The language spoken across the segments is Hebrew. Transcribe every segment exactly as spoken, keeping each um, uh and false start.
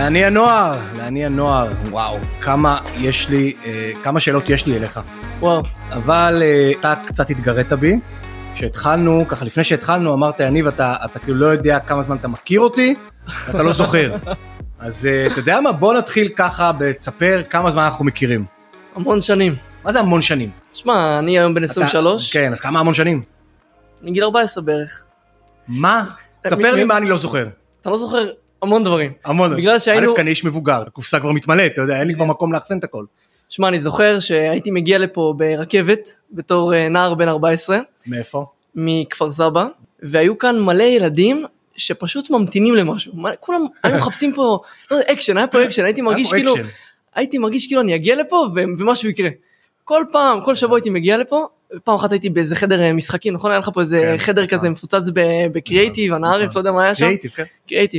לעני הנוער, לעני הנוער, וואו, כמה יש לי, כמה שאלות יש לי אליך. וואו. אבל אתה קצת התגרית בי, כשהתחלנו, ככה לפני שהתחלנו, אמרת, יניב, אתה, אתה כאילו לא יודע כמה זמן אתה מכיר אותי, ואתה לא זוכר. אז אתה יודע מה, בוא נתחיל ככה בצפר כמה זמן אנחנו מכירים. המון שנים. מה זה המון שנים? תשמע, אני היום בן עשרים ושלוש. כן, אז כמה המון שנים? מגיל ארבע עשרה בערך. מה? תספר לי מה אני לא זוכר. אתה לא זוכר המון דברים. המון. בגלל שהיינו... א', כאן איש מבוגר, הקופסה כבר מתמלאת, אתה יודע, אין לי כבר מקום להחסן את הכל. תשמע, אני זוכר שהייתי מגיע לפה ברכבת, בתור נער בן ארבע עשרה. מאיפה? מכפר סבא, והיו כאן מלא ילדים שפשוט ממתינים למשהו. כולם היו מחפשים פה, לא יודע, אקשן, היה פה אקשן, הייתי מרגיש כאילו, הייתי מרגיש כאילו אני אגיע לפה ומשהו יקרה. כל פעם, כל שבוע הייתי מגיע לפה, פעם אחת הייתי באיזה חדר משחקים, נכון? היה לך פה איזה חדר כזה מפוצץ בקריאייטיב, הנערף, לא יודע מה היה שם. קריאייטיב, כן. קריאייטיב.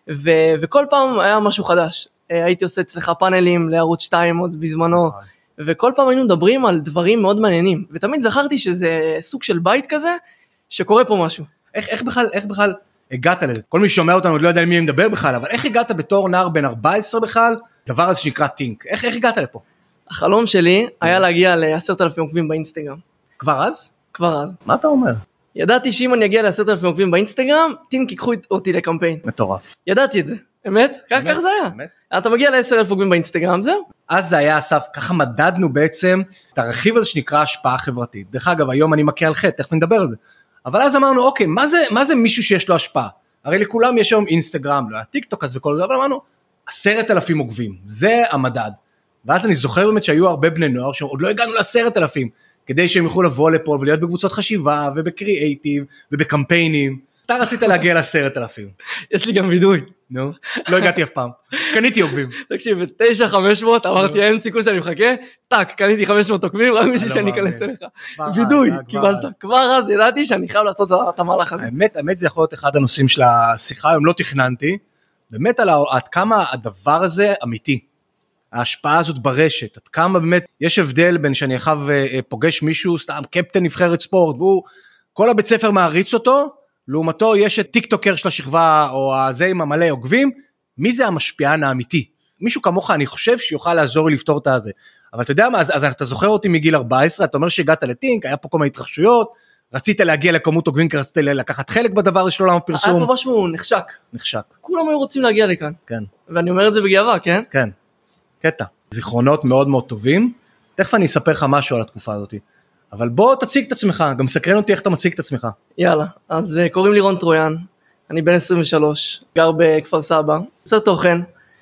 וכל פעם היה משהו חדש. הייתי עושה אצלך פאנלים לערוץ שתיים עוד בזמנו, וכל פעם היינו מדברים על דברים מאוד מעניינים, ותמיד זכרתי שזה סוג של בית כזה, שקורה פה משהו. איך, איך בכלל, איך בכלל הגעת לזה? כל מי ששומע אותנו עוד לא יודע על מי מדבר בכלל, אבל איך הגעת בתור נער בן ארבע עשרה בכלל, דבר הזה שנקרא טינק? איך, איך הגעת לפה? החלום שלי היה להגיע ל-עשרת אלפים עוקבים באינסטגרם. כבר אז? כבר אז. מה אתה אומר? ידעתי שאם אני אגיע ל-עשרת אלפים עוקבים באינסטגרם, טינק ייקחו אותי לקמפיין. מטורף. ידעתי את זה. אמת? כך כך זה היה. אמת. אתה מגיע ל-עשרת אלפים עוקבים באינסטגרם, זהו. אז זה היה אסף, ככה מדדנו בעצם את הרכיב הזה שנקרא השפעה חברתית. דרך אגב, היום אני מכה על חטא, תכף נדבר על זה. אבל אז אמרנו, אוקיי, מה זה, מה זה מישהו שיש לו השפעה? הרי לכולם יש היום אינסטגרם, לא היה טיק טוק אז וכל זה, אבל אמרנו, עשרת אלפים עוקבים, זה המדד. ואז אני זוכר באמת שהיו הרבה בני נוער, שעוד לא הגענו לעשרת אלפים, כדי שהם יוכלו לבוא לפה ולהיות בקבוצות חשיבה, ובקריאייטיב, ובקמפיינים. אתה רצית להגיע לעשרת אלפים. יש לי גם וידוי. נו, לא הגעתי אף פעם. קניתי עוקבים. תקשיב, ב-תשע אלף חמש מאות אמרתי, אין סיכוי שאני מחכה, טק, קניתי חמש מאות עוקבים, רק בשביל שאני אכנס אליך. וידוי, קיבלת. כבר אז ידעתי שאני חייב לעשות את המהלך הזה. האמת, האמת זה יכול להיות אחד הנושאים של השיחה, היום לא תכננתי, באמת על עד כמה הדבר הזה אמיתי. ההשפעה הזאת ברשת, עד כמה באמת יש הבדל בין שאני חייב פוגש מישהו, סתם קפטן נבחרת ספורט, והוא, כל הבית ספר מעריץ אותו, לעומתו יש את טיק טוקר של השכבה, או הזה עם המלא עוקבים, מי זה המשפיען האמיתי? מישהו כמוך, אני חושב שיוכל לעזור לי לפתור את הזה, אבל אתה יודע מה, אז, אז אתה זוכר אותי מגיל ארבע עשרה, אתה אומר שהגעת לטינק, היה פה כל מיני התרחשויות, רצית להגיע לכמות עוקבים, כי רצית לקחת חלק בדבר של עולם הפרסום. היה פה משהו נחשק. נחשק. כולם היו רוצים להגיע לכאן. כן. ואני אומר את זה בגאווה, כן? כן. קטע. זיכרונות מאוד מאוד טובים. תכף אני אספר לך משהו על התקופה הזאת. אבל בוא תציג את עצמך, גם סקרן אותי איך אתה מציג את עצמך. יאללה, אז קוראים לי רון טרויאן, אני בן עשרים ושלוש, גר בכפר סבא, יוצר תוכן,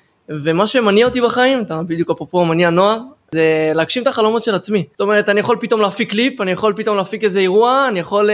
ומה שמניע אותי בחיים, אתה בדיוק אפרופו מניע נוער, זה להגשים את החלומות של עצמי. זאת אומרת, אני יכול פתאום להפיק קליפ, אני יכול פתאום להפיק איזה אירוע, אני יכול,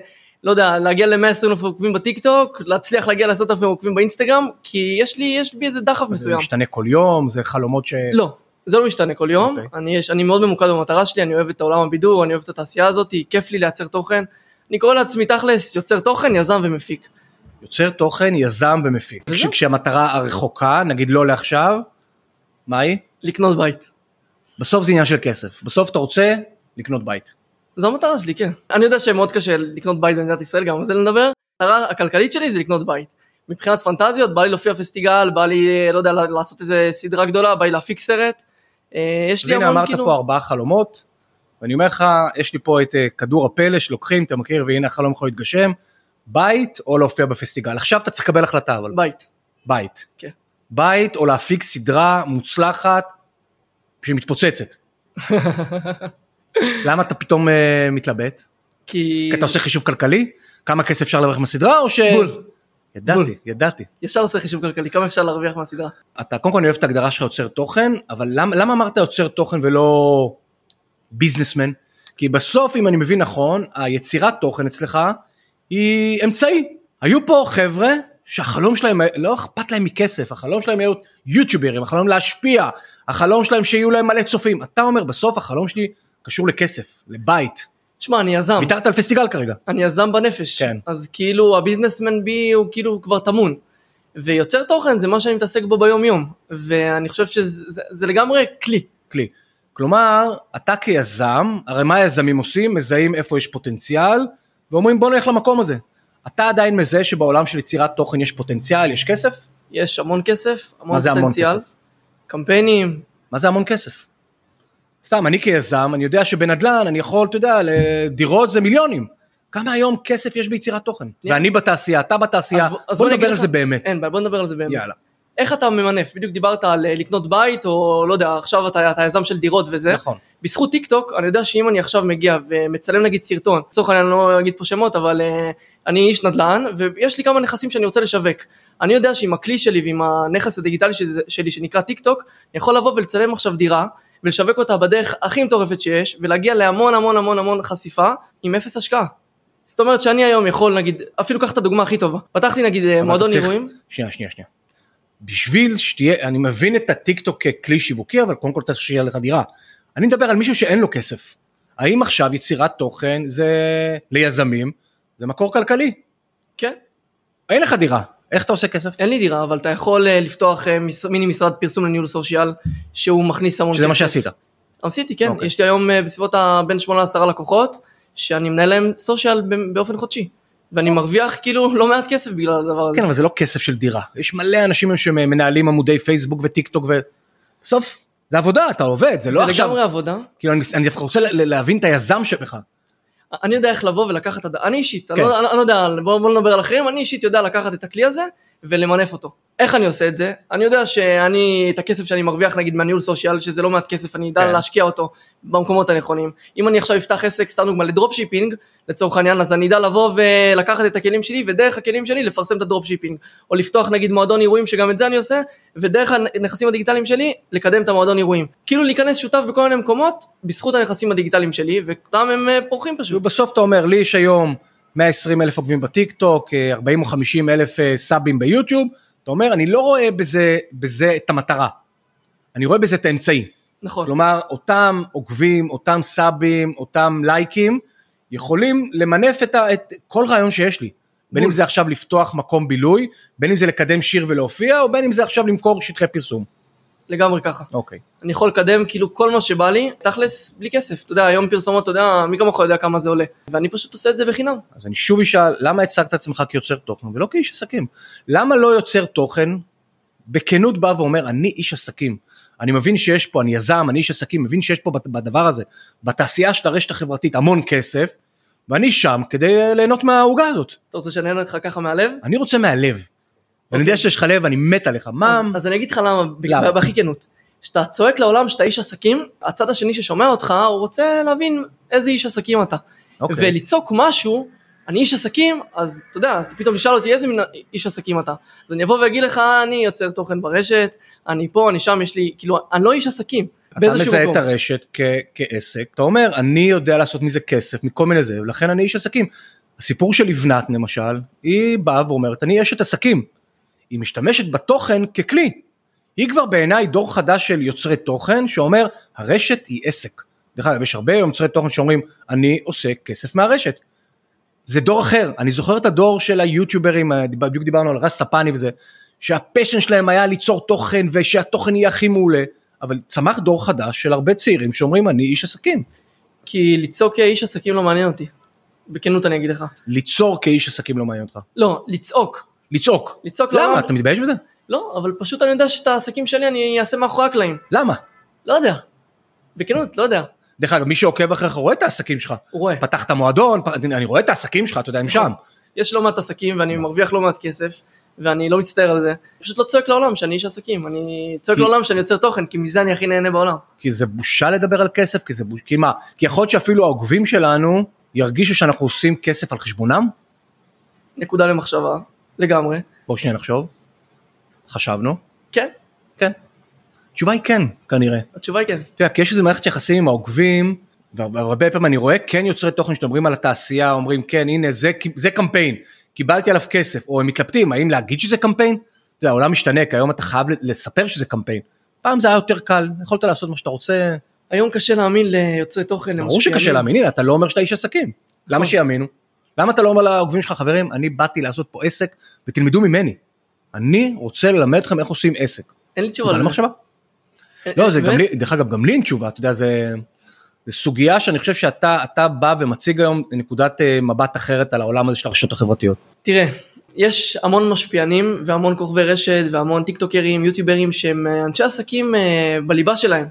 לא יודע, להגיע ל-מאה ועשרים אלף עוקבים בטיק טוק, להצליח להגיע ל-עשרת אלפים עוקבים באינסטגרם, כי יש לי, יש בי איזה דחף מסוים. זה משתנה כל יום, זה חלומות ש... לא. זה לא משתנה כל יום, okay. אני, יש, אני מאוד ממוקד במטרה שלי, אני אוהב את העולם הבידור, אני אוהב את התעשייה הזאת, כיף לי לייצר תוכן, אני קורא לעצמי תכלס, יוצר תוכן, יזם ומפיק. יוצר תוכן, יזם ומפיק. כשהמטרה הרחוקה, נגיד לא לעכשיו, מה היא? לקנות בית. בסוף זה עניין של כסף, בסוף אתה רוצה לקנות בית. זו המטרה שלי, כן. אני יודע שמאוד קשה לקנות בית במדינת ישראל, גם על זה לדבר, המטרה הכלכלית שלי זה לקנות בית. מבחינת פנטזיות, בא לי להופיע פסטיגל, בא לי, לא יודע, לעשות איזה סדרה גדולה, בא לי להפיק סרט. יש לי המון כאילו... אמרת פה ארבעה חלומות, ואני אומר לך, יש לי פה את כדור הפלא שלוקחים, אתה מכיר, והנה החלום יכול להתגשם, בית או להופיע בפסטיגל. עכשיו אתה צריך לקבל החלטה, אבל... בית. בית. כן. בית או להפיק סדרה מוצלחת, שמתפוצצת. למה אתה פתאום uh, מתלבט? כי... כי אתה עושה חישוב כלכלי? כמה כסף אפשר להרוויח מהסדרה, או ש... בול. ידעתי, בול. ידעתי. ישר עושה חישוב כלכלי, כמה אפשר להרוויח מהסדרה? אתה קודם כל אני אוהב את ההגדרה שלך יוצר תוכן, אבל למה, למה אמרת יוצר תוכן ולא ביזנסמן? כי בסוף, אם אני מבין נכון, היצירת תוכן אצלך היא אמצעי. היו פה חבר'ה שהחלום שלהם, לא אכפת להם מכסף, החלום שלהם להיות יוטיוברים, החלום להשפיע, החלום שלהם שיהיו להם מלא צופים. אתה אומר, בסוף החלום שלי קשור לכסף, לבית. תשמע, אני יזם. ויתרת על פסטיגל כרגע. אני יזם בנפש. כן. אז כאילו הביזנסמן בי הוא כאילו כבר תמון. ויוצר תוכן זה מה שאני מתעסק בו ביום יום. ואני חושב שזה זה, זה לגמרי כלי. כלי. כלומר, אתה כיזם, הרי מה היזמים עושים? מזהים איפה יש פוטנציאל, ואומרים בוא נלך למקום הזה. אתה עדיין מזהה שבעולם של יצירת תוכן יש פוטנציאל, יש כסף? יש המון כסף, המון מה זה המון פוטנציאל, כסף? קמפיינים. מה זה המון כסף? סתם, אני כיזם, אני יודע שבנדלן, אני יכול, אתה יודע, דירות זה מיליונים. כמה היום כסף יש ביצירת תוכן? ואני בתעשייה, אתה בתעשייה, בוא נדבר על זה באמת. אין, בוא נדבר על זה באמת. יאללה. איך אתה ממנף? בדיוק דיברת על לקנות בית, או לא יודע, עכשיו אתה, אתה יזם של דירות וזה. נכון. בזכות טיק טוק, אני יודע שאם אני עכשיו מגיע ומצלם נגיד סרטון, לצורך העניין אני לא אגיד פה שמות, אבל uh, אני איש נדל"ן, ויש לי כמה נכסים שאני רוצה לשווק. אני יודע שעם הכלי שלי ועם הנכס הדיגיטלי שלי שנקרא טיק טוק, אני יכול לבוא ולצלם עכשיו דירה, ולשווק אותה בדרך הכי מטורפת שיש, ולהגיע להמון המון המון המון חשיפה, עם אפס השקעה. זאת אומרת שאני היום יכול, נגיד, אפילו קח את הדוגמה הכי טובה. פתחתי נגיד מועדון אירועים. שנייה, שנייה, שנייה. בשביל שתהיה, אני מבין את הטיקטוק ככלי שיווקי, אבל קודם כל תשאיר לך דירה. אני מדבר על מישהו שאין לו כסף. האם עכשיו יצירת תוכן זה ליזמים, זה מקור כלכלי? כן. אין לך דירה, איך אתה עושה כסף? אין לי דירה, אבל אתה יכול לפתוח מיני משרד פרסום לניהול סושיאל, שהוא מכניס המון כסף. שזה מה שעשית? עשיתי, כן. יש לי היום בסביבות בין שמונה לעשרה לקוחות, שאני מנהל להם סושיאל באופן חודשי. ואני מרוויח כאילו לא מעט כסף בגלל הדבר הזה. כן, אבל זה לא כסף של דירה. יש מלא אנשים שמנהלים עמודי פייסבוק וטיק טוק, ובסוף זה עבודה, אתה עובד, זה לא עכשיו. זה לגמרי עבודה. כאילו אני דווקא רוצה להבין את היזם שלך. אני יודע איך לבוא ולקחת, אני אישית, אני לא יודע, בוא נדבר על אחרים, אני אישית יודע לקחת את הכלי הזה ולמנף אותו. איך אני עושה את זה? אני יודע שאני, את הכסף שאני מרוויח נגיד מהניהול סושיאל, שזה לא מעט כסף, אני אדע להשקיע אותו במקומות הנכונים. אם אני עכשיו אפתח עסק, סתם דוגמה לדרופשיפינג, לצורך העניין, אז אני אדע לבוא ולקחת את הכלים שלי, ודרך הכלים שלי לפרסם את הדרופשיפינג, או לפתוח נגיד מועדון אירועים, שגם את זה אני עושה, ודרך הנכסים הדיגיטליים שלי, לקדם את המועדון אירועים. כאילו להיכנס שותף בכל מיני מקומות, בזכות הנכסים הדיגיטליים שלי, ואותם הם פורחים פשוט. ובסוף אתה אומר, לי יש היום מאה ועשרים אלף עוקבים בטיק טוק, ארבעים או חמישים אלף סאבים ביוטיוב, אתה אומר, אני לא רואה בזה, בזה את המטרה, אני רואה בזה את האמצעי. נכון. כלומר, אותם עוקבים, אותם סאבים, אותם לייקים, יכולים למנף את, ה, את כל רעיון שיש לי. בין אם זה עכשיו לפתוח מקום בילוי, בין אם זה לקדם שיר ולהופיע, או בין אם זה עכשיו למכור שטחי פרסום. לגמרי ככה. אוקיי. אני יכול לקדם כאילו כל מה שבא לי, תכלס בלי כסף. אתה יודע, היום פרסומות, אתה יודע, מי כמוך יודע כמה זה עולה. ואני פשוט עושה את זה בחינם. אז אני שוב אשאל, למה הצגת עצמך כיוצר תוכן, ולא כאיש עסקים? למה לא יוצר תוכן, בכנות בא ואומר, אני איש עסקים. אני מבין שיש פה, אני יזם, אני איש עסקים, מבין שיש פה בדבר הזה, בתעשייה של הרשת החברתית, המון כסף, ואני שם כדי ליהנות מההוגה הזאת. אתה רוצה שאני אענה לך ככה מהלב? אני רוצה מהלב. ואני יודע שיש לך לב, אני מת עליך. מה? אז אני אגיד לך למה, בהכי כנות. כשאתה צועק לעולם שאתה איש עסקים, הצד השני ששומע אותך, הוא רוצה להבין איזה איש עסקים אתה. וליצוק משהו, אני איש עסקים, אז אתה יודע, פתאום תשאל אותי איזה איש עסקים אתה. אז אני אבוא ואגיד לך, אני יוצר תוכן ברשת, אני פה, אני שם, יש לי, כאילו, אני לא איש עסקים. אתה מזהה את הרשת כעסק, אתה אומר, אני יודע לעשות מזה כסף, מכל מיני זה, ולכן אני איש עסקים. הסיפור של לבנת, למשל, היא באה ואומרת, אני אשת עסקים. היא משתמשת בתוכן ככלי. היא כבר בעיניי דור חדש של יוצרי תוכן, שאומר, הרשת היא עסק. דרך אגב, יש הרבה יוצרי תוכן שאומרים, אני עושה כסף מהרשת. זה דור אחר. אני זוכר את הדור של היוטיוברים, בדיוק דיברנו על רס ספני וזה, שהפשן שלהם היה ליצור תוכן, ושהתוכן יהיה הכי מעולה. אבל צמח דור חדש של הרבה צעירים שאומרים, אני איש עסקים. כי ליצור כאיש עסקים לא מעניין אותי. בכנות אני אגיד לך. ליצור כאיש עסקים לא מעניין אותך. לא, לצעוק. לצעוק. לצעוק למה? לא... אתה מתבייש בזה? לא, אבל פשוט אני יודע שאת העסקים שלי אני אעשה מאחורי הקלעים. למה? לא יודע. בכנות, לא יודע. דרך אגב, מי שעוקב אחריך רואה את העסקים שלך. הוא רואה. פתחת מועדון, אני רואה את העסקים שלך, אתה יודע, הם שם. יש לא מעט עסקים ואני מרוויח לא מעט כסף, ואני לא מצטער על זה. פשוט לא צועק לעולם שאני איש עסקים, אני צועק לעולם שאני יוצר תוכן, כי מזה אני הכי נהנה בעולם. כי זה בושה לדבר על כסף, כי זה בושה, כי מה? כי יכול להיות שאפילו העוקבים שלנו ירגישו שאנחנו עושים כסף על חשבונם? נקודה למחשבה, לגמרי. בואו שנייה נחשוב. חשבנו? כן. כן. התשובה היא כן, כנראה. התשובה היא כן. אתה יודע, כי יש איזו מערכת יחסים עם העוקבים, והרבה פעמים אני רואה, כן יוצרי תוכן שדברים על התעשייה, אומרים, כן, הנה, זה, זה קמפיין, קיבלתי עליו כסף, או הם מתלבטים, האם להגיד שזה קמפיין? אתה יודע, העולם משתנה, כי היום אתה חייב לספר שזה קמפיין. פעם זה היה יותר קל, יכולת לעשות מה שאתה רוצה. היום קשה להאמין ליוצרי תוכן. ברור שקשה להאמין, הנה, אתה לא אומר שאתה איש עסקים. למה שיאמינו? למה אתה לא אומר לעוקבים שלך, חברים, אני באתי לעשות פה עסק, ותלמדו ממני. אני רוצה ללמד אתכם איך עושים עסק. אין לי תשובה. למחשבה. לא, זה גם לי, דרך אגב, גם לי אין תשובה, אתה יודע, זה, זה סוגיה שאני חושב שאתה, אתה בא ומציג היום נקודת מבט אחרת על העולם הזה של הרשתות החברתיות. תראה, יש המון משפיענים והמון כוכבי רשת והמון טיקטוקרים, יוטיוברים שהם אנשי עסקים בליבה שלהם.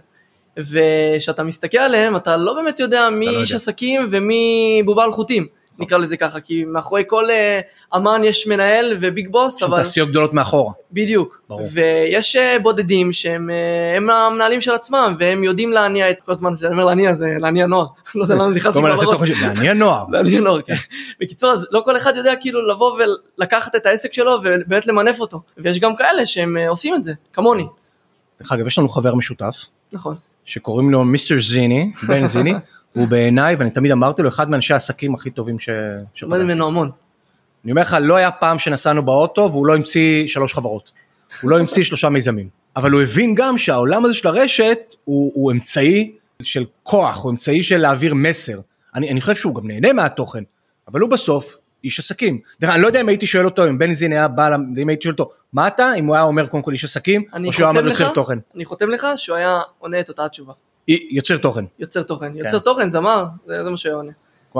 ושאתה מסתכל עליהם, אתה לא באמת יודע מי איש עסקים ומי בובה על חוטים, נקרא לזה ככה, כי מאחורי כל אמן יש מנהל וביג בוס, אבל... תעשיות גדולות מאחורה. בדיוק. ויש בודדים שהם המנהלים של עצמם, והם יודעים להניע את כל הזמן, שאני אומר להניע, זה להניע נוער. לא יודע למה זה נכנס לי בראש. להניע נוער. להניע נוער, כן. בקיצור, אז לא כל אחד יודע כאילו לבוא ולקחת את העסק שלו, ובאמת למנף אותו. ויש גם כאלה שהם עושים את זה, כמוני. דרך אגב, יש לנו חבר משותף. נכון. שקוראים לו מיסטר זיני, בן זיני, הוא בעיניי, ואני תמיד אמרתי לו, אחד מאנשי העסקים הכי טובים ש... עומד ממנו המון. אני אומר לך, לא היה פעם שנסענו באוטו, והוא לא המציא שלוש חברות. הוא לא המציא שלושה מיזמים. אבל הוא הבין גם שהעולם הזה של הרשת, הוא, הוא אמצעי של כוח, הוא אמצעי של להעביר מסר. אני, אני חושב שהוא גם נהנה מהתוכן, אבל הוא בסוף איש עסקים. דרך, אני לא יודע אם הייתי שואל אותו, אם בן זיני היה בא, אם הייתי שואל אותו, מה אתה? אם הוא היה אומר קודם כל איש עסקים, או שהוא היה יוצר תוכן. אני חותם לך שהוא היה עונה את אותה התשובה. יוצר תוכן. יוצר תוכן. יוצר תוכן, זמר, זה מה שהוא עונה.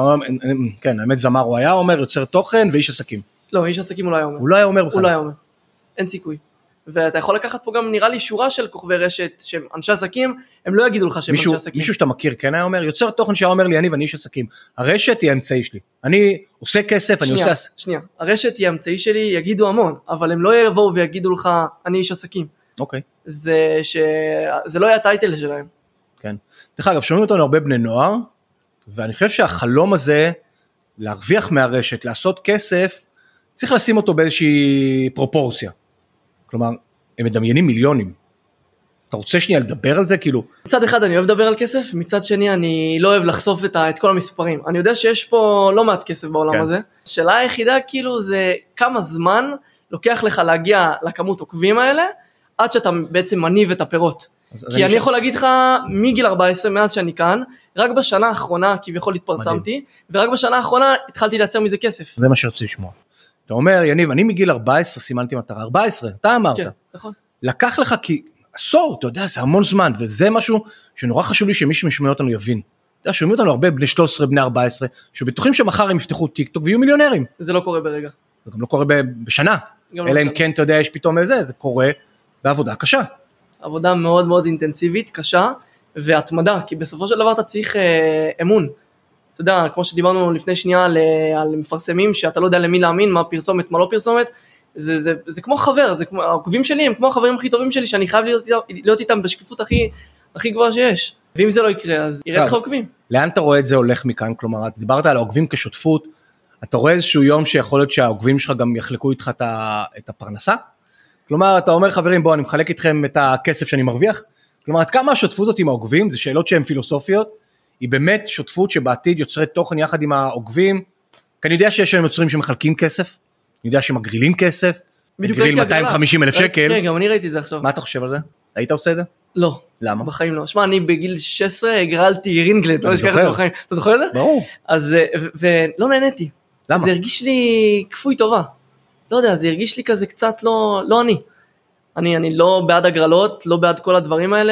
כן, האמת זמר הוא היה אומר, יוצר תוכן ואיש עסקים. לא, איש עסקים הוא לא היה אומר. הוא לא היה אומר בכלל. הוא לא היה אומר. אין סיכוי. ואתה יכול לקחת פה גם נראה לי שורה של כוכבי רשת, שהם אנשי עסקים, הם לא יגידו לך שהם אנשי עסקים. מישהו שאתה מכיר כן היה אומר, יוצר תוכן שהיה אומר לי, אני ואני איש עסקים. הרשת היא האמצעי שלי. אני עושה כסף, אני עושה... שנייה, הרשת היא האמצעי שלי, יגידו המון, אבל הם לא יבואו ויגידו לך, אני איש עסקים. אוקיי. זה ש... זה לא היה הטייטל שלהם. כן. דרך אגב, שומעים אותנו הרבה בני נוער, ואני חושב שהחלום הזה, להרוויח מהרשת, לעשות כסף, צריך לשים אותו באיזושהי פרופורציה. כלומר, הם מדמיינים מיליונים. אתה רוצה שנייה לדבר על זה? כאילו... מצד אחד אני אוהב לדבר על כסף, מצד שני אני לא אוהב לחשוף את, ה, את כל המספרים. אני יודע שיש פה לא מעט כסף בעולם כן. הזה. השאלה היחידה כאילו זה כמה זמן לוקח לך להגיע לכמות עוקבים האלה, עד שאתה בעצם מניב את הפירות. כי אני ש... יכול להגיד לך, מגיל ארבע עשרה, מאז שאני כאן, רק בשנה האחרונה כביכול התפרסמתי, ורק בשנה האחרונה התחלתי לייצר מזה כסף. זה מה שרציתי לשמוע. אתה אומר, יניב, אני מגיל ארבע עשרה סימנתי מטרה, ארבע עשרה, אתה אמרת. כן, נכון. לקח לך כי עשור, אתה יודע, זה המון זמן, וזה משהו שנורא חשוב לי שמי שמשמע אותנו יבין. אתה יודע, שומעים אותנו הרבה בני שלוש עשרה, בני ארבע עשרה, שבטוחים שמחר הם יפתחו טיק טוק ויהיו מיליונרים. זה לא קורה ברגע. זה גם לא קורה בשנה. אלא אם כן, אתה יודע, יש פתאום איזה, זה קורה בעבודה קשה. עבודה מאוד מאוד אינטנסיבית, קשה, והתמדה, כי בסופו של דבר אתה צריך אה, אמון. אתה יודע, כמו שדיברנו לפני שנייה על, על מפרסמים, שאתה לא יודע למי להאמין, מה פרסומת, מה לא פרסומת, זה, זה, זה כמו חבר, זה כמו, העוקבים שלי הם כמו החברים הכי טובים שלי, שאני חייב להיות, להיות איתם בשקיפות הכי, הכי גבוהה שיש. ואם זה לא יקרה, אז ירד לך עוקבים. לאן אתה רואה את זה הולך מכאן? כלומר, אתה דיברת על העוקבים כשותפות, אתה רואה איזשהו יום שיכול להיות שהעוקבים שלך גם יחלקו איתך את הפרנסה? כלומר, אתה אומר, חברים, בואו, אני מחלק איתכם את הכסף שאני מרוויח. כלומר, עד כמה השותפות הזאת עם העוקבים, זה שאלות שהן פילוסופיות, היא באמת שותפות שבעתיד יוצרת תוכן יחד עם העוקבים, כי אני יודע שיש להם יוצרים שמחלקים כסף, אני יודע שמגרילים כסף, מגריל מאתיים וחמישים אלף שקל. כן, גם אני ראיתי את זה עכשיו. מה אתה חושב על זה? היית עושה את זה? לא. למה? בחיים לא. שמע, אני בגיל שש עשרה הגרלתי רינגלט, אני זוכר. אתה זוכר את זה? ברור. אז, ולא נהניתי. למה? זה הרגיש לי כפוי טובה. לא יודע, זה הרגיש לי כזה קצת לא, לא אני. אני, אני לא בעד הגרלות, לא בעד כל הדברים האלה.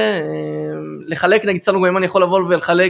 לחלק, נגיד צלנו, אם אני יכול לבוא ולחלק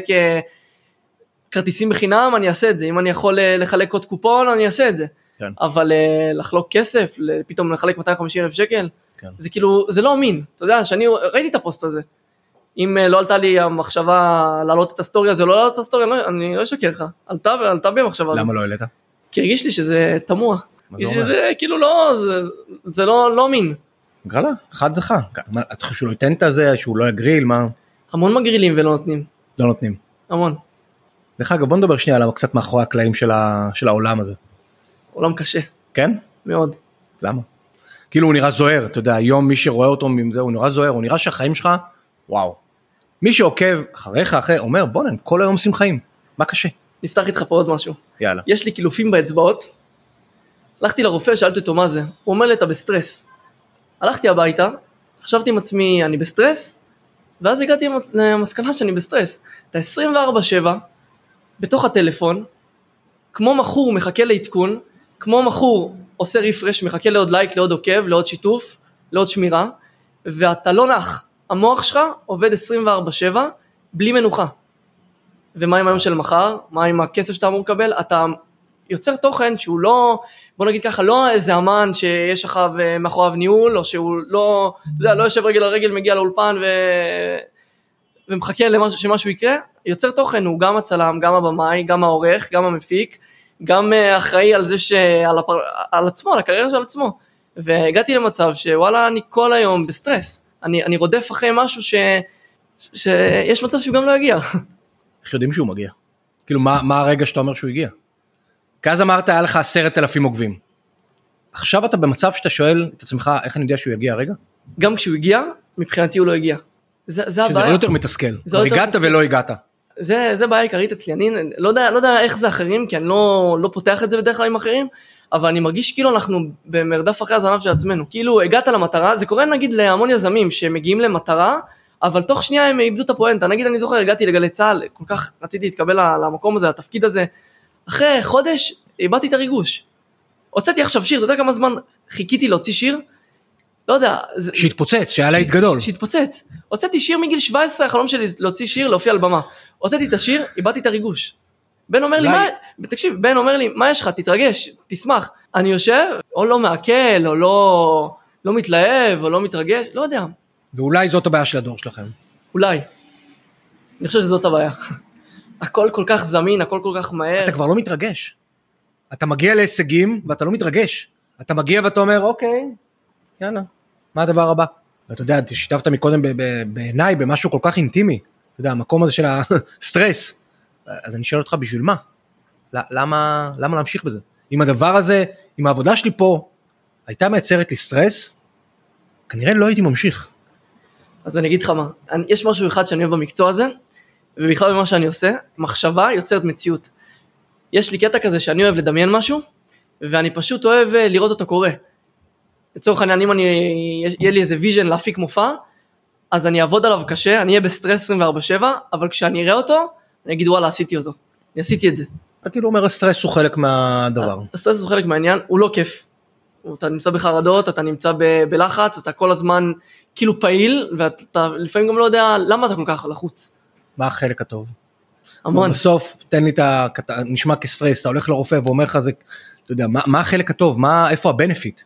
כרטיסים בחינם, אני אעשה את זה. אם אני יכול לחלק עוד קופון, אני אעשה את זה. כן. אבל לחלוק כסף, פתאום לחלק מאתיים וחמישים אלף שקל, כן. זה כאילו, זה לא אמין. אתה יודע, שאני ראיתי את הפוסט הזה. אם לא עלתה לי המחשבה לעלות את הסטוריה, זה לא לעלות את הסטוריה, אני לא אשקר לך. עלתה ועלתה בי המחשבה הזאת. למה לא העלית? כי הרגיש לי שזה תמוה. שזה כאילו לא, זה, זה לא, לא אמין. גרלה, אחד זכה. אתה חושב שהוא לא ייתן את זה, שהוא לא יגריל, מה? המון מגרילים ולא נותנים. לא נותנים. המון. דרך אגב, בוא נדבר שנייה על קצת מאחורי הקלעים של, ה, של העולם הזה. עולם קשה. כן? מאוד. למה? כאילו הוא נראה זוהר, אתה יודע, היום מי שרואה אותו מזה, הוא נראה זוהר, הוא נראה שהחיים שלך, וואו. מי שעוקב אחריך, אחרי, אומר, בוא נהם, כל היום עושים חיים. מה קשה? נפתח איתך פה עוד משהו. יאללה. יש לי קילופים באצבעות. הלכתי לרופא, שאלתי אותו מה זה. הוא אומר לי, אתה בסטרס. הלכתי הביתה, חשבתי עם עצמי, אני בסטרס, ואז הגעתי למסקנה שאני בסטרס. אתה עשרים וארבע שבע, בתוך הטלפון, כמו מחור מחכה להתקון, כמו מחור עושה ריפרש, מחכה לעוד לייק, לעוד עוקב, לעוד שיתוף, לעוד שמירה, ואתה לא נח. המוח שלך עובד עשרים וארבע שבע, בלי מנוחה. ומה עם היום של מחר? מה עם הכסף שאתה אמור לקבל? אתה יוצר תוכן שהוא לא, בוא נגיד ככה, לא איזה אמן שיש אחריו מאחוריו ניהול, או שהוא לא, אתה יודע, לא יושב רגל על רגל, מגיע לאולפן ו... ומחכה למשהו, שמשהו יקרה. יוצר תוכן הוא גם הצלם, גם הבמאי, גם העורך, גם המפיק, גם אחראי על זה שעל הפר... על עצמו, על הקריירה של עצמו. והגעתי למצב שוואלה, אני כל היום בסטרס. אני, אני רודף אחרי משהו ש... שיש מצב שהוא גם לא יגיע. איך יודעים שהוא מגיע? כאילו, מה, מה הרגע שאתה אומר שהוא הגיע? כי אז אמרת, היה לך עשרת אלפים עוקבים. עכשיו אתה במצב שאתה שואל את עצמך, איך אני יודע שהוא יגיע הרגע? גם כשהוא הגיע, מבחינתי הוא לא הגיע. זה, זה הבעיה. שזה יותר מתסכל. הגעת ולא הגעת. זה, זה בעיה עיקרית אצלי. אני לא יודע, לא יודע איך זה אחרים, כי אני לא, לא פותח את זה בדרך כלל עם אחרים, אבל אני מרגיש כאילו אנחנו במרדף אחרי הזנב של עצמנו. כאילו, הגעת למטרה, זה קורה נגיד להמון יזמים שמגיעים למטרה, אבל תוך שנייה הם איבדו את הפואנטה. נגיד, אני זוכר, הגעתי לגלי צהל, כל כך רציתי להתקבל למקום הזה, לתפקיד הזה. אחרי חודש, איבדתי את הריגוש. הוצאתי עכשיו שיר, אתה יודע כמה זמן חיכיתי להוציא שיר? לא יודע. שהתפוצץ, שהיה להיט גדול. שהתפוצץ. הוצאתי שיר מגיל שבע עשרה, החלום שלי להוציא שיר, להופיע על במה. הוצאתי את השיר, איבדתי את הריגוש. בן אומר לי, מה, תקשיב, בן אומר לי, מה יש לך? תתרגש, תשמח. אני יושב, או לא מעכל, או לא, לא מתלהב, או לא מתרגש, לא יודע. ואולי זאת הבעיה של הדור שלכם. אולי. אני חושב שזאת הבעיה. הכל כל כך זמין, הכל כל כך מהר. אתה כבר לא מתרגש. אתה מגיע להישגים, ואתה לא מתרגש. אתה מגיע ואתה אומר, אוקיי, יאללה, מה הדבר הבא? ואתה יודע, שיתפת מקודם בעיניי, במשהו כל כך אינטימי. אתה יודע, המקום הזה של הסטרס. אז אני שואל אותך, בשביל מה? למה, למה להמשיך בזה? אם הדבר הזה, אם העבודה שלי פה, הייתה מייצרת לי סטרס, כנראה לא הייתי ממשיך. אז אני אגיד לך מה, אני, יש משהו אחד שאני אוהב במקצוע הזה, ובכלל במה שאני עושה, מחשבה יוצרת מציאות. יש לי קטע כזה שאני אוהב לדמיין משהו, ואני פשוט אוהב לראות אותו קורה. לצורך העניין, אם אני, יהיה לי איזה ויז'ן להפיק מופע, אז אני אעבוד עליו קשה, אני אהיה בסטרס עשרים וארבע שבע, אבל כשאני אראה אותו, אני אגיד וואלה, עשיתי אותו. אני עשיתי את זה. אתה כאילו אומר, הסטרס הוא חלק מהדבר. הסטרס הוא חלק מהעניין, הוא לא כיף. אתה נמצא בחרדות, אתה נמצא ב- בלחץ, אתה כל הזמן כאילו פעיל, ואתה לפעמים גם לא יודע למה אתה כל כך לחוץ. מה החלק הטוב? המון. בסוף, תן לי את ה... נשמע כסטרס, אתה הולך לרופא ואומר לך זה, אתה יודע, מה, מה החלק הטוב? מה, איפה הבנפיט?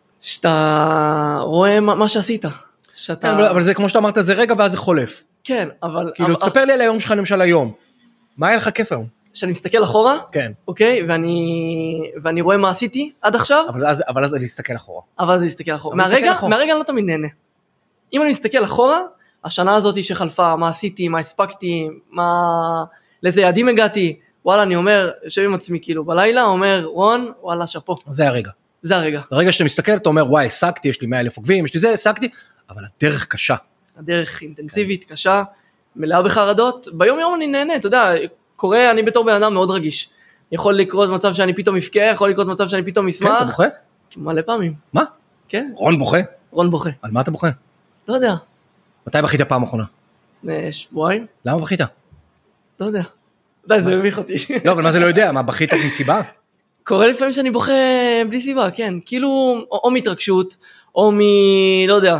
שאתה רואה מה, מה שעשית. שאתה... כן, אבל, אבל זה כמו שאתה אמרת, זה רגע ואז זה חולף. כן, אבל... כאילו, אבל... תספר לי על היום שלך למשל היום. מה היה לך כיף היום? שאני מסתכל אחורה, כן. אוקיי, ואני, ואני רואה מה עשיתי עד עכשיו. אבל אז, אבל אז אני אסתכל אחורה. אבל אז אני אסתכל אחורה. מהרגע, אחורה. מהרגע אני לא תמיד נהנה. אם אני מסתכל אחורה, השנה הזאת שחלפה, מה עשיתי, מה הספקתי, מה, לאיזה יעדים הגעתי, וואלה, אני אומר, יושב עם עצמי כאילו בלילה, אומר, רון, וואלה, שפו. זה הרגע. זה הרגע. הרגע שאתה מסתכל, אתה אומר, וואי, הסקתי, יש לי מאה אלף עוקבים, יש לי זה, הסקתי, אבל הדרך קשה. הדרך אינטנסיבית, קשה, מלאה בחרדות. ביום יום אני נהנה, אתה יודע, קורה, אני בתור בן אדם מאוד רגיש. יכול לקרות מצב שאני פתאום מפקע, יכול לקרות מצב שאני פתאום אשמח. כן, אתה בוכה? מלא פעמים. מה? כן. רון בוכה? רון בוכה. על מה אתה בוכה? לא יודע. מתי בכית פעם אחרונה? לפני שבועיים. למה בכית? לא יודע. די, זה מביך אותי. לא, אבל מה זה לא יודע? מה, בכית מסיבה? קורה לפעמים שאני בוכה בלי סיבה, כן. כאילו, או, או מתרגשות, או מ... לא יודע.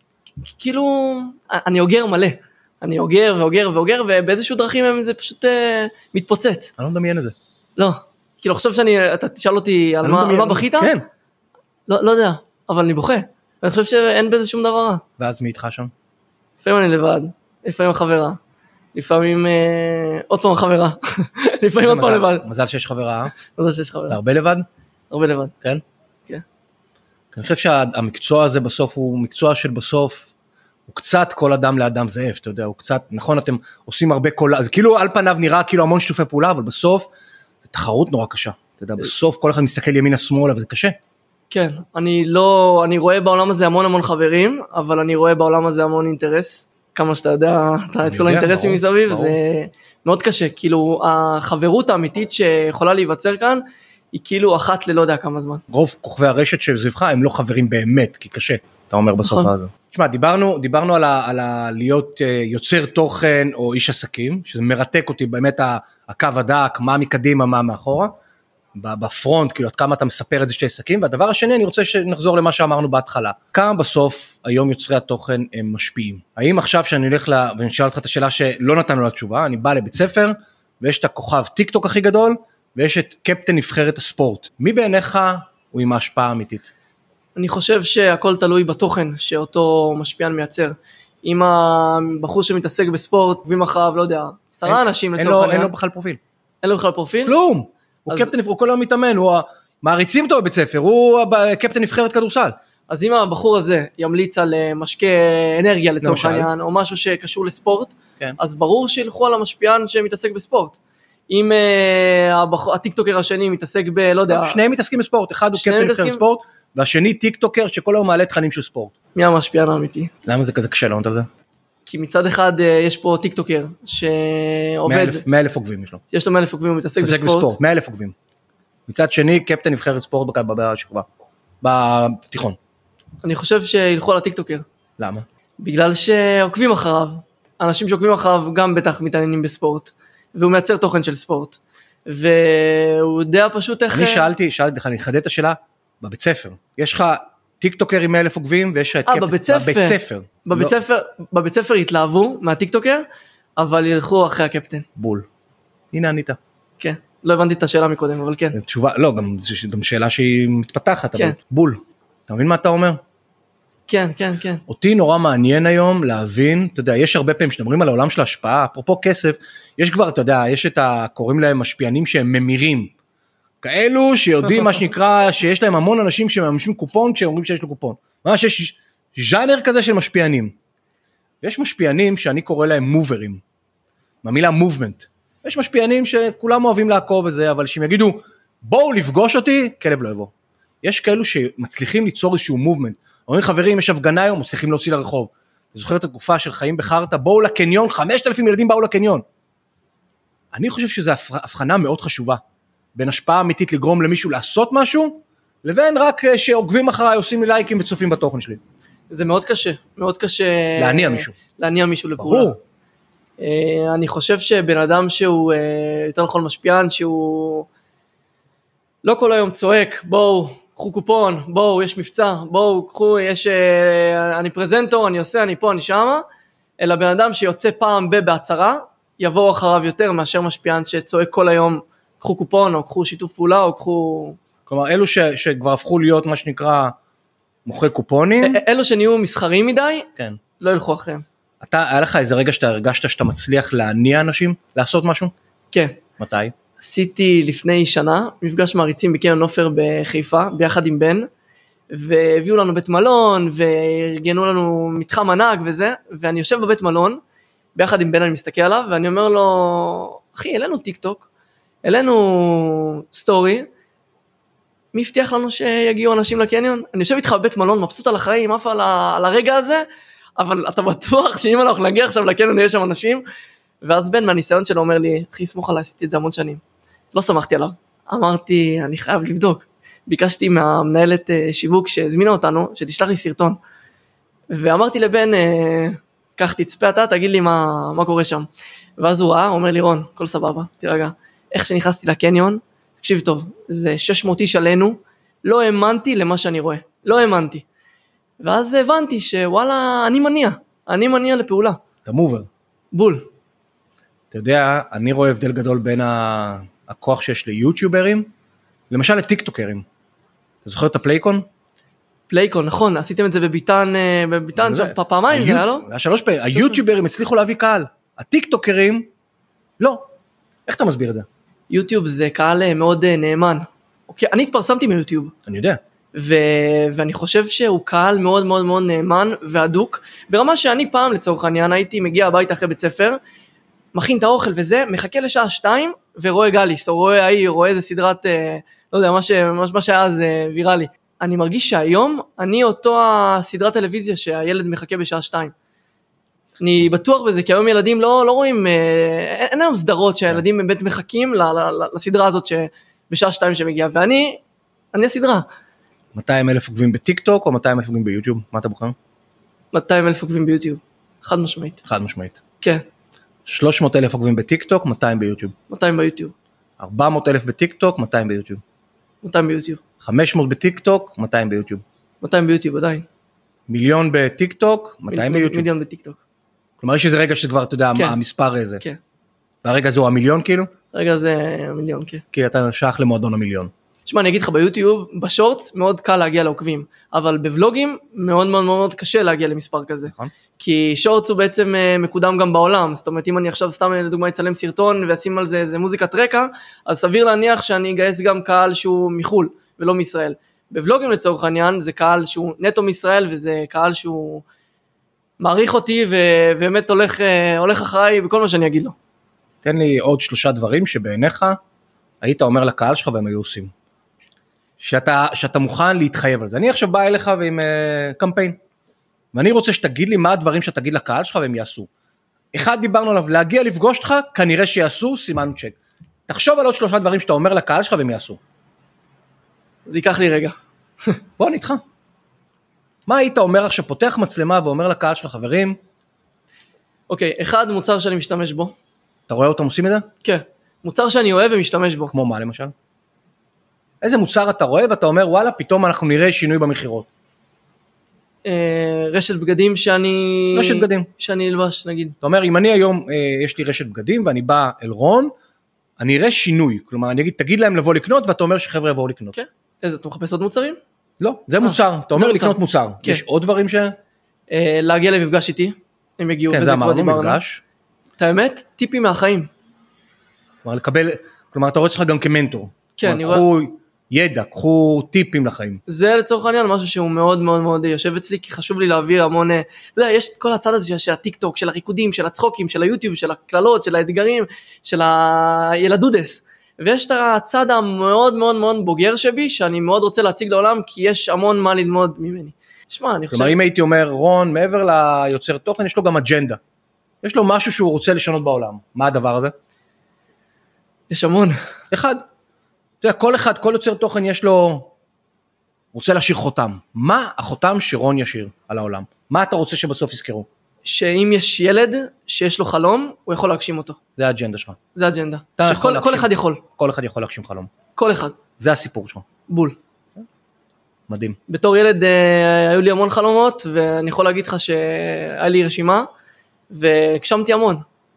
כאילו, אני אוגר מלא. אני אוגר ואוגר ואוגר, ובאיזשהו דרכים הם זה פשוט אה, מתפוצץ. אני לא מדמיין את זה. לא. כאילו, חושב שאני, אתה תשאל אותי על מה, מה בכית? כן. לא, לא יודע, אבל אני בוכה. אני חושב שאין בזה שום דבר רע. ואז מי איתך שם? לפעמים אני לבד, לפעמים החברה, לפעמים אה, עוד פעם החברה, לפעמים עוד פעם לבד. מזל שיש חברה, אה? מזל שיש חברה. אתה הרבה לבד? הרבה לבד. כן? כן. אני חושב שהמקצוע הזה בסוף הוא מקצוע של בסוף, הוא קצת כל אדם לאדם זאב, אתה יודע, הוא קצת, נכון, אתם עושים הרבה כל, אז כאילו על פניו נראה כאילו המון שיתופי פעולה, אבל בסוף, זה תחרות נורא קשה, אתה יודע, בסוף כל אחד מסתכל ימינה שמאלה, וזה קשה. כן, אני לא, אני רואה בעולם הזה המון המון חברים, אבל אני רואה בעולם הזה המון אינטרס, כמה שאתה יודע, אתה את כל האינטרסים מסביב, זה מאוד קשה, כאילו, החברות האמיתית שיכולה להיווצר כאן, היא כאילו אחת ללא יודע כמה זמן. רוב כוכבי הרשת שסביבך הם לא חברים באמת, כי קשה, אתה אומר בסוף הזה. תשמע, דיברנו, דיברנו על ה, על ה, להיות יוצר תוכן או איש עסקים, שזה מרתק אותי באמת הקו הדק, מה מקדימה, מה מאחורה, בפרונט, כאילו, עד כמה אתה מספר את זה שתי עסקים, והדבר השני, אני רוצה שנחזור למה שאמרנו בהתחלה. כמה בסוף היום יוצרי התוכן הם משפיעים? האם עכשיו שאני הולך לה, ואני שאל אותך את השאלה שלא נתנו לה תשובה, אני בא לבית ספר, ויש את הכוכב טיק טוק הכי גדול, ויש את קפטן נבחרת הספורט. מי בעיניך הוא עם ההשפעה האמיתית? אני חושב שהכל תלוי בתוכן שאותו משפיען מייצר. אם הבחור שמתעסק בספורט, עוקבים אחריו, לא יודע, עשרה אנשים לצורך העניין. אין לו בכלל פרופיל. אין לו בכלל פרופיל? כלום. הוא קפטן, הוא כל היום מתאמן, הוא מעריצים אותו בבית ספר, הוא קפטן נבחרת כדורסל. אז אם הבחור הזה ימליץ על משקה אנרגיה לצורך העניין, או משהו שקשור לספורט, אז ברור שילכו על המשפיען שמתעסק בספורט. אם הטיקטוקר השני מתעסק ב, לא יודע... שניהם מתעסקים בספורט, אחד הוא קפטן נבחרת ספורט, והשני טיקטוקר שכל היום מעלה תכנים של ספורט. מי המשפיען האמיתי? למה זה כזה קשה לענות על זה? כי מצד אחד יש פה טיקטוקר שעובד... מאה אלף עוקבים יש לו. יש לו מאה אלף עוקבים, הוא מתעסק בספורט. מאה אלף עוקבים. מצד שני, קפטן נבחרת ספורט בשכבה, בתיכון. אני חושב שילכו על הטיקטוקר. למה? בגלל שעוקבים אחריו. אנשים שעוקבים אחריו גם בטח מתעניינים בספורט, והוא מייצר תוכן של ספורט. והוא יודע פשוט איך... אני שאלתי, שאלתי לך, אני אחדד את השאלה, בבית ספר. יש לך טיקטוקר עם מאה אלף עוקבים, ויש לך... אה, בבית ספר. בבית ספר. בבית ספר, בבית ספר יתלהבו מהטיקטוקר, אבל ילכו אחרי הקפטן. בול. הנה ענית. כן. לא הבנתי את השאלה מקודם, אבל כן. תשובה, לא, גם, גם שאלה שהיא מתפתחת, כן. אבל בול. אתה מבין מה אתה אומר? כן, כן, כן. אותי נורא מעניין היום להבין, אתה יודע, יש הרבה פעמים שדברים על העולם של ההשפעה, אפרופו כסף, יש כבר, אתה יודע, יש את ה... קוראים להם משפיענים שהם ממירים. כאלו שיודעים מה שנקרא, שיש להם המון אנשים שממשים קופון, כשאומרים שיש לו קופון. ממש יש ז'אנר כזה של משפיענים. ויש משפיענים שאני קורא להם מוברים. מהמילה מובמנט. יש משפיענים שכולם אוהבים לעקוב וזה, אבל שהם יגידו, בואו לפגוש אותי, כלב לא יבוא. יש כאלו שמצליחים ליצור איזשהו מובמנט. אומרים חברים, יש הפגנה היום, מצליחים להוציא לרחוב. אתה זוכר את התקופה של חיים בחרטה, בואו לקניון, חמשת אלפים ילדים באו לקניון. אני חושב שזו הבחנה מאוד חשובה, בין השפעה אמיתית לגרום למישהו לעשות משהו, לבין רק שעוקבים אחריי, עושים לי לייקים וצופים בתוכן שלי. זה מאוד קשה, מאוד קשה... להניע מישהו. להניע מישהו לפעולה. ברור. אני חושב שבן אדם שהוא, יותר נכון משפיען, שהוא לא כל היום צועק, בואו, קחו קופון, בואו, יש מבצע, בואו, קחו, יש, אני פרזנטור, אני עושה, אני פה, אני שמה, אלא בן אדם שיוצא פעם ב- בהצהרה, יבוא אחריו יותר מאשר משפיען שצועק כל היום, קחו קופון, או קחו שיתוף פעולה, או קחו... כלומר, אלו ש, שכבר הפכו להיות מה שנקרא מוכרי קופונים. אלו שנהיו מסחרים מדי, כן. לא ילכו אחריהם. אתה, היה לך איזה רגע שאתה הרגשת שאתה מצליח להניע אנשים, לעשות משהו? כן. מתי? עשיתי לפני שנה, מפגש מעריצים בקניון עופר בחיפה, ביחד עם בן, והביאו לנו בית מלון, וארגנו לנו מתחם ענק וזה, ואני יושב בבית מלון, ביחד עם בן אני מסתכל עליו, ואני אומר לו, אחי, אלינו טיק טוק, אלינו סטורי, מי הבטיח לנו שיגיעו אנשים לקניון? אני יושב איתך בבית מלון, מבסוט על החיים, אף על, על הרגע הזה, אבל אתה בטוח שאם אנחנו נגיע עכשיו לקניון, יש שם אנשים, ואז בן מהניסיון שלו אומר לי, אחי, סמוך עליי, עשיתי את זה המון שנים. לא שמחתי עליו. אמרתי, אני חייב לבדוק. ביקשתי מהמנהלת שיווק שהזמינה אותנו, שתשלח לי סרטון. ואמרתי לבן, קח תצפה אתה, תגיד לי מה, מה קורה שם. ואז הוא ראה, אומר לי, רון, כל סבבה, תירגע. איך שנכנסתי לקניון, תקשיב טוב, זה שש מאות איש עלינו, לא האמנתי למה שאני רואה. לא האמנתי. ואז הבנתי שוואלה, אני מניע. אני מניע לפעולה. אתה מובר. בול. אתה יודע, אני רואה הבדל גדול בין הכוח שיש ליוטיוברים, למשל לטיקטוקרים. אתה זוכר את הפלייקון? פלייקון, נכון, עשיתם את זה בביטן, בביטן, פעמיים זה היה לא? היה שלוש פעמים, היוטיוברים הצליחו להביא קהל, הטיקטוקרים, לא. איך אתה מסביר את זה? יוטיוב זה קהל מאוד נאמן. אוקיי, אני התפרסמתי מיוטיוב. אני יודע. ו... ואני חושב שהוא קהל מאוד מאוד מאוד נאמן והדוק, ברמה שאני פעם לצורך העניין הייתי מגיע הביתה אחרי בית ספר, מכין את האוכל וזה, מחכה לשעה שתיים, ורואה גליס, או רואה העיר, רואה איזה סדרת, אה, לא יודע, מה, ש... מה שהיה אז אה, ויראלי. אני מרגיש שהיום, אני אותו הסדרת טלוויזיה שהילד מחכה בשעה שתיים. אני בטוח בזה, כי היום ילדים לא, לא רואים, אה, אין היום סדרות שהילדים באמת מחכים ל... ל... לסדרה הזאת שבשעה שתיים שמגיעה, ואני, אני הסדרה. מאתיים אלף עוקבים בטיק טוק, או מאתיים אלף עוקבים ביוטיוב? מה אתה בוחר? מאתיים אלף עוקבים ביוטיוב, חד משמעית. חד משמעית. כן. שלוש מאות אלף עוקבים בטיק טוק, מאתיים ביוטיוב. מאתיים ביוטיוב. ארבע מאות אלף בטיק טוק, מאתיים ביוטיוב. מאתיים ביוטיוב. חמש מאות בטיק טוק, מאתיים ביוטיוב. מאתיים ביוטיוב עדיין. מיליון בטיק טוק, מאתיים ביוטיוב. מיליון בטיק טוק. כלומר יש איזה רגע שכבר אתה יודע, כן. המספר הזה. כן. והרגע הזה הוא המיליון כאילו? רגע זה מיליון, כן. כי אתה שייך למועדון המיליון. תשמע, אני אגיד לך, ביוטיוב, בשורטס, מאוד קל להגיע לעוקבים, אבל בוולוגים, מאוד מאוד מאוד קשה להגיע למספר כזה. נכון. כי שורטס הוא בעצם מקודם גם בעולם, זאת אומרת, אם אני עכשיו סתם לדוגמה אצלם סרטון, ואשים על זה איזה מוזיקת רקע, אז סביר להניח שאני אגייס גם קהל שהוא מחול, ולא מישראל. בוולוגים לצורך העניין, זה קהל שהוא נטו מישראל, וזה קהל שהוא מעריך אותי, ובאמת הולך, הולך אחריי בכל מה שאני אגיד לו. תן לי עוד שלושה דברים שבעיניך היית אומר לקהל שלך והם היו עושים. שאתה, שאתה מוכן להתחייב על זה. אני עכשיו בא אליך עם uh, קמפיין, ואני רוצה שתגיד לי מה הדברים שתגיד לקהל שלך והם יעשו. אחד דיברנו עליו, להגיע לפגוש אותך, כנראה שיעשו, סימן צ'ק. תחשוב על עוד שלושה דברים שאתה אומר לקהל שלך והם יעשו. זה ייקח לי רגע. בוא נתחה. מה היית אומר עכשיו, פותח מצלמה ואומר לקהל שלך, חברים? אוקיי, אחד מוצר שאני משתמש בו. אתה רואה אותם עושים את זה? כן, מוצר שאני אוהב ומשתמש בו. כמו מה למשל? איזה מוצר אתה רואה ואתה אומר, וואלה, פתאום אנחנו נראה שינוי במחירות. אה, רשת בגדים שאני... רשת בגדים. שאני אלבש, נגיד. אתה אומר, אם אני היום, אה, יש לי רשת בגדים ואני בא אל רון, אני אראה שינוי. כלומר, אני אגיד, תגיד להם לבוא לקנות, ואתה אומר שחבר'ה יבואו לקנות. כן. איזה, אתה מחפש עוד מוצרים? לא, זה מוצר. אתה אומר לקנות מוצר. יש עוד דברים ש... אה, להגיע למפגש איתי. הם יגיעו. כן, זה אמרנו, מפגש. את האמת, טיפים מהחיים. כלומר, לקבל, כלומר, אתה רואה לך גם כמנטור. כן, אני רואה. קחו ידע, קחו טיפים לחיים. זה לצורך העניין משהו שהוא מאוד מאוד מאוד יושב אצלי, כי חשוב לי להעביר המון, אתה יודע, יש כל הצד הזה של הטיק טוק, של הריקודים, של הצחוקים, של היוטיוב, של הכללות, של האתגרים, של הילדודס. ויש את הצד המאוד מאוד מאוד בוגר שבי, שאני מאוד רוצה להציג לעולם, כי יש המון מה ללמוד ממני. שמע, אני חושב... כלומר, אם הייתי אומר, רון, מעבר ליוצר תוכן, יש לו גם אג'נדה. יש לו משהו שהוא רוצה לשנות בעולם. מה הדבר הזה? יש המון. אחד. אתה יודע, כל אחד, כל יוצר תוכן יש לו, רוצה להשאיר חותם. מה החותם שרון ישאיר על העולם? מה אתה רוצה שבסוף יזכרו? שאם יש ילד שיש לו חלום, הוא יכול להגשים אותו. זה האג'נדה שלך. זה האג'נדה. שכל, כל להגשים, אחד יכול. כל אחד יכול להגשים חלום. כל אחד. זה הסיפור שלך. בול. מדהים. בתור ילד אה, היו לי המון חלומות, ואני יכול להגיד לך שהיה לי רשימה, והגשמתי המון.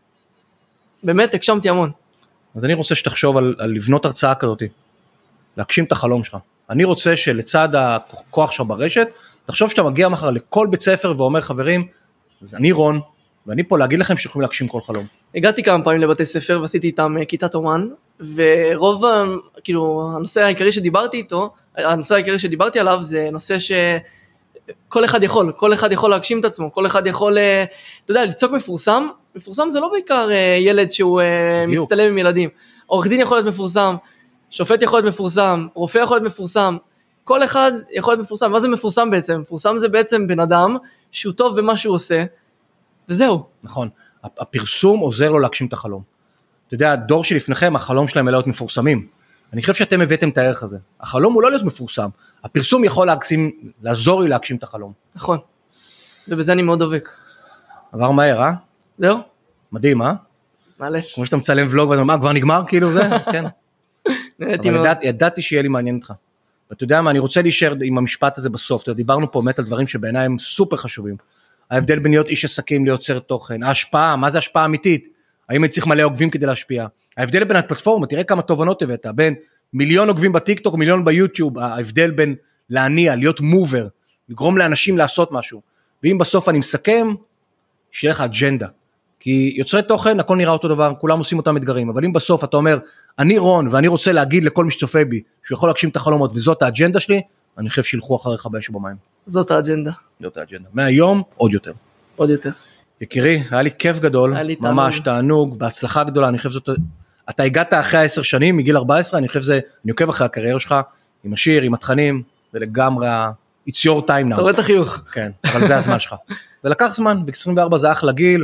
באמת, הגשמתי המון. אז אני רוצה שתחשוב על, על לבנות הרצאה כזאת, להגשים את החלום שלך. אני רוצה שלצד הכוח שלך ברשת, תחשוב שאתה מגיע מחר לכל בית ספר ואומר, חברים, אז אני רון, ואני פה להגיד לכם שיכולים להגשים כל חלום. הגעתי כמה פעמים לבתי ספר, ועשיתי איתם כיתת אומן, ורוב, כאילו, הנושא העיקרי שדיברתי איתו, הנושא העיקרי שדיברתי עליו, זה נושא שכל אחד יכול, כל אחד יכול להגשים את עצמו, כל אחד יכול, אתה יודע, לצעוק מפורסם, מפורסם זה לא בעיקר ילד שהוא בדיוק. מצטלם עם ילדים, עורך דין יכול להיות מפורסם, שופט יכול להיות מפורסם, רופא יכול להיות מפורסם, כל אחד יכול להיות מפורסם. מה זה מפורסם בעצם? מפורסם זה בעצם בן אדם שהוא טוב במה שהוא עושה, וזהו. נכון, הפרסום עוזר לו להגשים את החלום. אתה יודע, הדור שלפניכם, החלום שלהם להיות מפורסמים. אני חושב שאתם הבאתם את הערך הזה. החלום הוא לא להיות מפורסם, הפרסום יכול להגשים, לעזור לי להגשים את החלום. נכון, ובזה אני מאוד דובק. עבר מהר, אה? זהו? מדהים, אה? מאלף. כמו שאתה מצלם ולוג, ואתה אומר, מה, כבר נגמר? כאילו זה? כן. אבל ידעתי שיהיה לי מעניין איתך. ואתה יודע מה, אני רוצה להישאר עם המשפט הזה בסוף. דיברנו פה באמת על דברים שבעיניי הם סופר חשובים. ההבדל בין להיות איש עסקים ליוצר תוכן, ההשפעה, מה זה השפעה אמיתית? האם אני צריך מלא עוקבים כדי להשפיע? ההבדל בין הפלטפורמה, תראה כמה תובנות הבאת, בין מיליון עוקבים בטיקטוק, מיליון ביוטיוב, ההבדל בין להניע, להיות מובר, לגרום לאנשים לעשות משהו. ואם בסוף אני מסכם, שיהיה לך אג'נדה. כי יוצרי תוכן, הכל נראה אותו דבר, כולם עושים אותם אתגרים, אבל אם בסוף אתה אומר, אני רון, ואני רוצה להגיד לכל מי שצופה בי, שהוא יכול להגשים את החלומות, וזאת האג'נדה שלי, אני חושב שילכו אחריך באש ובמים. זאת האג'נדה. זאת האג'נדה. מהיום, עוד יותר. עוד יותר. יקירי, היה לי כיף גדול, ממש תענוג, בהצלחה גדולה, אני חושב זאת, אתה הגעת אחרי עשר שנים, מגיל ארבע עשרה, אני חושב זה, אני עוקב אחרי הקריירה שלך, עם השיר, עם התכנים, ולגמרי, it's your time now. אתה רואה את החיוך. כן, אבל זה הזמן שלך. ולקח זמן, ב-עשרים וארבע זה אחלה גיל,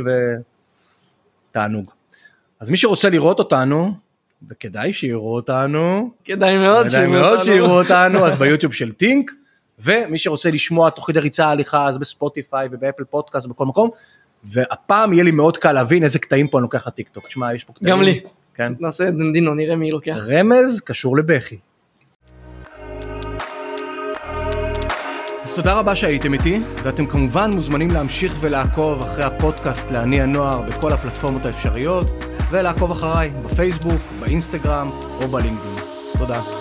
ותענוג. אז מי שרוצה לראות אותנו, וכדאי שיראו אותנו, כדאי מאוד כדאי מאוד שיראו אותנו, אז ביוטיוב של טינק, ומי שרוצה לשמוע תוך כדי ריצה הליכה, אז בספוטיפיי ובאפל פודקאסט ובכל מקום, והפעם יהיה לי מאוד קל להבין איזה קטעים פה אני לוקח לטיקטוק. תשמע, יש פה קטעים. גם לי. כן. נעשה דנדינו, נראה מי לוקח. רמז קשור לבכי. אז תודה רבה שהייתם איתי, ואתם כמובן מוזמנים להמשיך ולעקוב אחרי הפודקאסט להניע נוער בכל הפלטפורמות האפשריות. ולעקוב אחריי בפייסבוק, באינסטגרם או בלינקדאין. תודה.